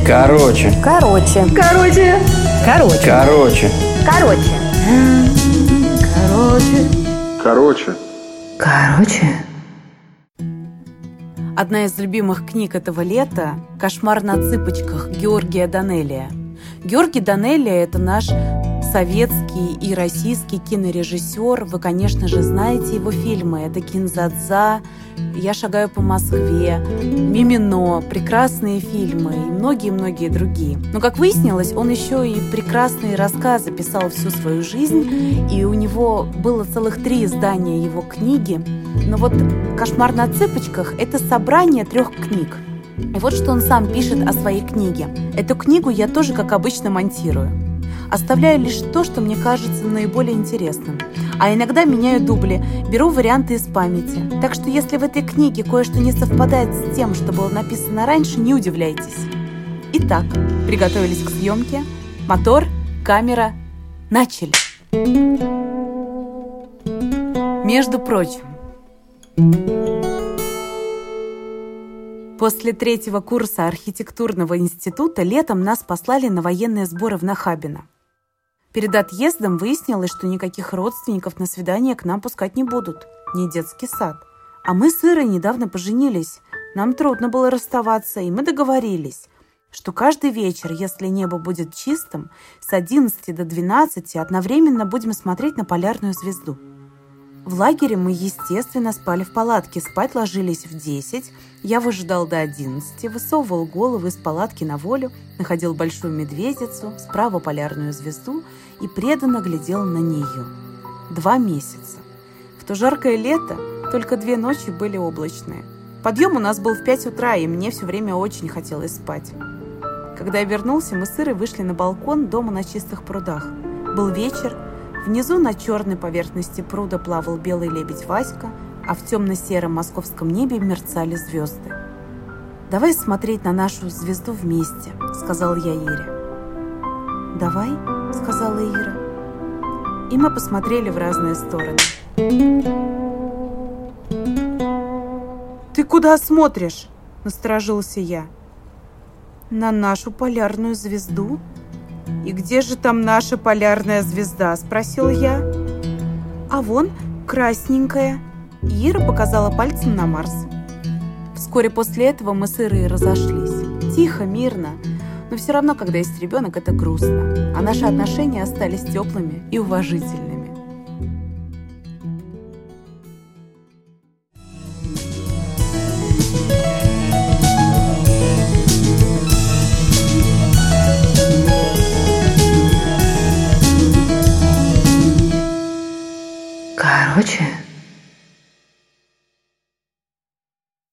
Короче. Короче. Короче. Короче. Короче. Короче. Короче. Короче. Одна из любимых книг этого лета «Кошмар на цыпочках» Георгия Данелия. Георгий Данелия – это наш советский и российский кинорежиссер. Вы, конечно же, знаете его фильмы. Это «Кин-дза-дза», «Я шагаю по Москве», «Мимино», прекрасные фильмы и многие-многие другие. Но, как выяснилось, он еще и прекрасные рассказы писал всю свою жизнь, и у него было целых 3 издания его книги. Но вот «Кошмар на цыпочках» – это собрание 3 книг. И вот что он сам пишет о своей книге. Эту книгу я тоже, как обычно, монтирую. Оставляю лишь то, что мне кажется наиболее интересным. А иногда меняю дубли, беру варианты из памяти. Так что если в этой книге кое-что не совпадает с тем, что было написано раньше, не удивляйтесь. Итак, приготовились к съемке. Мотор, камера, начали. Между прочим, после 3-го курса архитектурного института летом нас послали на военные сборы в Нахабино. Перед отъездом выяснилось, что никаких родственников на свидание к нам пускать не будут. Не детский сад. А мы с Ирой недавно поженились. Нам трудно было расставаться, и мы договорились, что каждый вечер, если небо будет чистым, с 11 до 12 одновременно будем смотреть на полярную звезду. В лагере мы, естественно, спали в палатке. Спать ложились в 10. Я выжидал до 11, высовывал голову из палатки на волю, находил большую медведицу, справа полярную звезду и преданно глядел на нее. 2 месяца. В то жаркое лето только 2 ночи были облачные. Подъем у нас был в 5 утра, и мне все время очень хотелось спать. Когда я вернулся, мы с Ирой вышли на балкон дома на Чистых прудах. Был вечер. Внизу на черной поверхности пруда плавал белый лебедь Васька, а в темно-сером московском небе мерцали звезды. «Давай смотреть на нашу звезду вместе», — сказал я Ире. «Давай», — сказала Ира. И мы посмотрели в разные стороны. «Ты куда смотришь?» — насторожился я. «На нашу полярную звезду». «И где же там наша полярная звезда?» – спросил я. «А вон, красненькая». Ира показала пальцем на Марс. Вскоре после этого мы с Ирой разошлись. Тихо, мирно. Но все равно, когда есть ребенок, это грустно. А наши отношения остались теплыми и уважительными. Короче.